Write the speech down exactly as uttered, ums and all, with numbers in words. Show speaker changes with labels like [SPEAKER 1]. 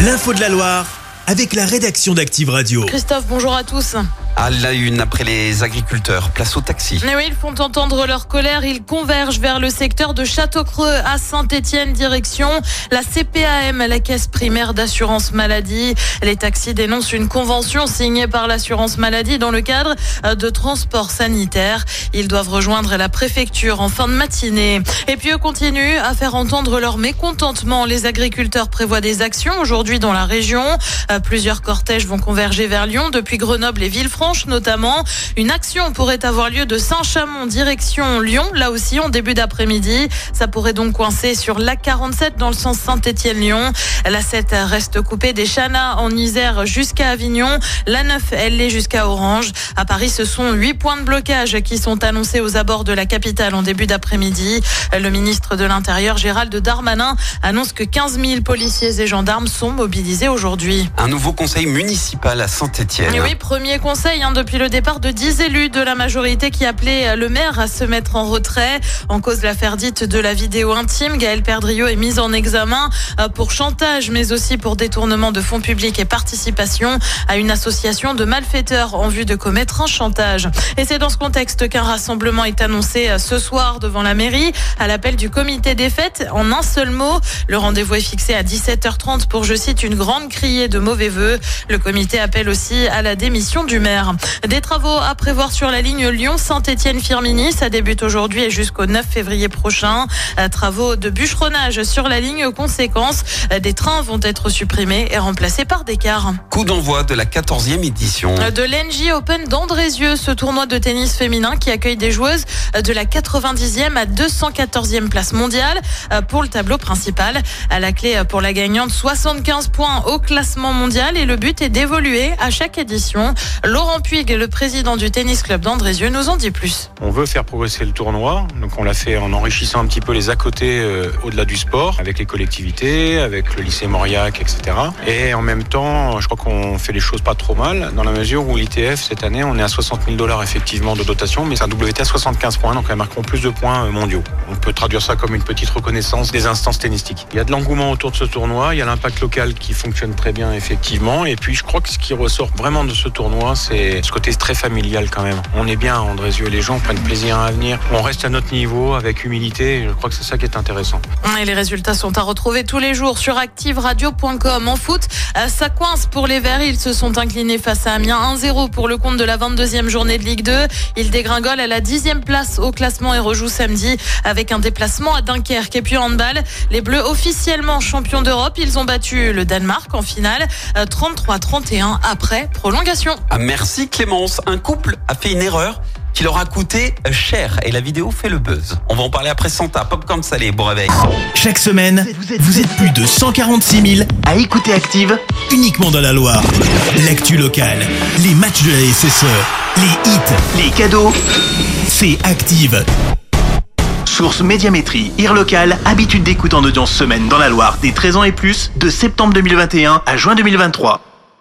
[SPEAKER 1] L'info de la Loire avec la rédaction d'Active Radio.
[SPEAKER 2] Christophe, bonjour à tous.
[SPEAKER 3] À la une, après les agriculteurs, place au taxi.
[SPEAKER 2] Mais oui, ils font entendre leur colère. Ils convergent vers le secteur de Châteaucreux à Saint-Étienne, direction la C P A M, la caisse primaire d'assurance maladie. Les taxis dénoncent une convention signée par l'assurance maladie dans le cadre de transport sanitaire. Ils doivent rejoindre la préfecture en fin de matinée. Et puis eux continuent à faire entendre leur mécontentement. Les agriculteurs prévoient des actions aujourd'hui dans la région. Plusieurs cortèges vont converger vers Lyon, depuis Grenoble et Villefranche notamment. Une action pourrait avoir lieu de Saint-Chamond direction Lyon, là aussi en début d'après-midi. Ça pourrait donc coincer sur l'A quarante-sept dans le sens Saint-Étienne-Lyon. La sept reste coupée des Chanas en Isère jusqu'à Avignon. La neuf, elle l'est jusqu'à Orange. À Paris, ce sont huit points de blocage qui sont annoncés aux abords de la capitale en début d'après-midi. Le ministre de l'Intérieur, Gérald Darmanin, annonce que quinze mille policiers et gendarmes sont mobilisés aujourd'hui.
[SPEAKER 3] Un nouveau conseil municipal à Saint-Étienne.
[SPEAKER 2] Et oui, premier conseil hein, depuis le départ de dix élus de la majorité qui appelaient le maire à se mettre en retrait. En cause l'affaire dite de la vidéo intime. Gaël Perdriau est mise en examen pour chantage, mais aussi pour détournement de fonds publics et participation à une association de malfaiteurs en vue de commettre un chantage. Et c'est dans ce contexte qu'un rassemblement est annoncé ce soir devant la mairie à l'appel du comité des fêtes. En un seul mot, le rendez-vous est fixé à dix-sept heures trente pour, je cite, une grande criée de mauvais vœux. Le comité appelle aussi à la démission du maire. Des travaux à prévoir sur la ligne Lyon-Saint-Étienne-Firminy. Ça débute aujourd'hui et jusqu'au neuf février prochain. Travaux de bûcheronnage sur la ligne. Conséquence, des trains vont être supprimés et remplacés par des cars.
[SPEAKER 3] Coup d'envoi de la quatorzième édition
[SPEAKER 2] de l'N J Open d'Andrézieux, ce tournoi de tennis féminin qui accueille des joueuses de la quatre-vingt-dixième à deux cent quatorzième place mondiale pour le tableau principal. À la clé pour la gagnante, soixante-quinze points au classement mondial et le but est d'évoluer à chaque édition. Laurent Puig, le président du tennis club d'Andrézieux, nous en dit plus.
[SPEAKER 4] On veut faire progresser le tournoi, donc on l'a fait en enrichissant un petit peu les à côté euh, au-delà du sport, avec les collectivités, avec le lycée Mauriac, et cetera. Et en même temps, je crois qu'on fait les choses pas trop mal, dans la mesure où l'I T F, cette année, on est à soixante mille dollars effectivement de dotation, mais c'est un W T à soixante-quinze points, donc elles marqueront plus de points mondiaux. On peut traduire ça comme une petite reconnaissance des instances tennistiques. Il y a de l'engouement autour de ce tournoi, il y a l'impact local qui fonctionne très bien effectivement, et puis je crois que ce qui ressort vraiment de ce tournoi, c'est ce côté très familial quand même. On est bien à Andrézieux, les gens prennent plaisir à venir, on reste à notre niveau avec humilité, et je crois que c'est ça qui est intéressant.
[SPEAKER 2] Et les résultats sont à retrouver tous les jours sur active radio point com. En foot, ça coince pour les Verts, ils se sont inclinés face à Amiens un zéro pour le compte de la vingt-deuxième journée de Ligue deux. Ils dégringolent à la dixième place au classement et rejouent samedi avec un déplacement à Dunkerque. Et puis en handball, les Bleus officiellement champions d'Europe, ils ont battu le Danemark en finale trente-trois à trente et un après prolongation.
[SPEAKER 3] Ah, merci Clémence, un couple a fait une erreur qui leur a coûté cher et la vidéo fait le buzz. On va en parler après Santa, Popcorn salé, bon réveil.
[SPEAKER 1] Chaque semaine, vous êtes plus de cent quarante-six mille à écouter Active uniquement dans la Loire. L'actu locale, les matchs de la S S E, les hits, les cadeaux, c'est Active. Source Médiamétrie, I R local, habitude d'écoute en audience semaine dans la Loire des treize ans et plus, de septembre deux mille vingt et un à juin deux mille vingt-trois.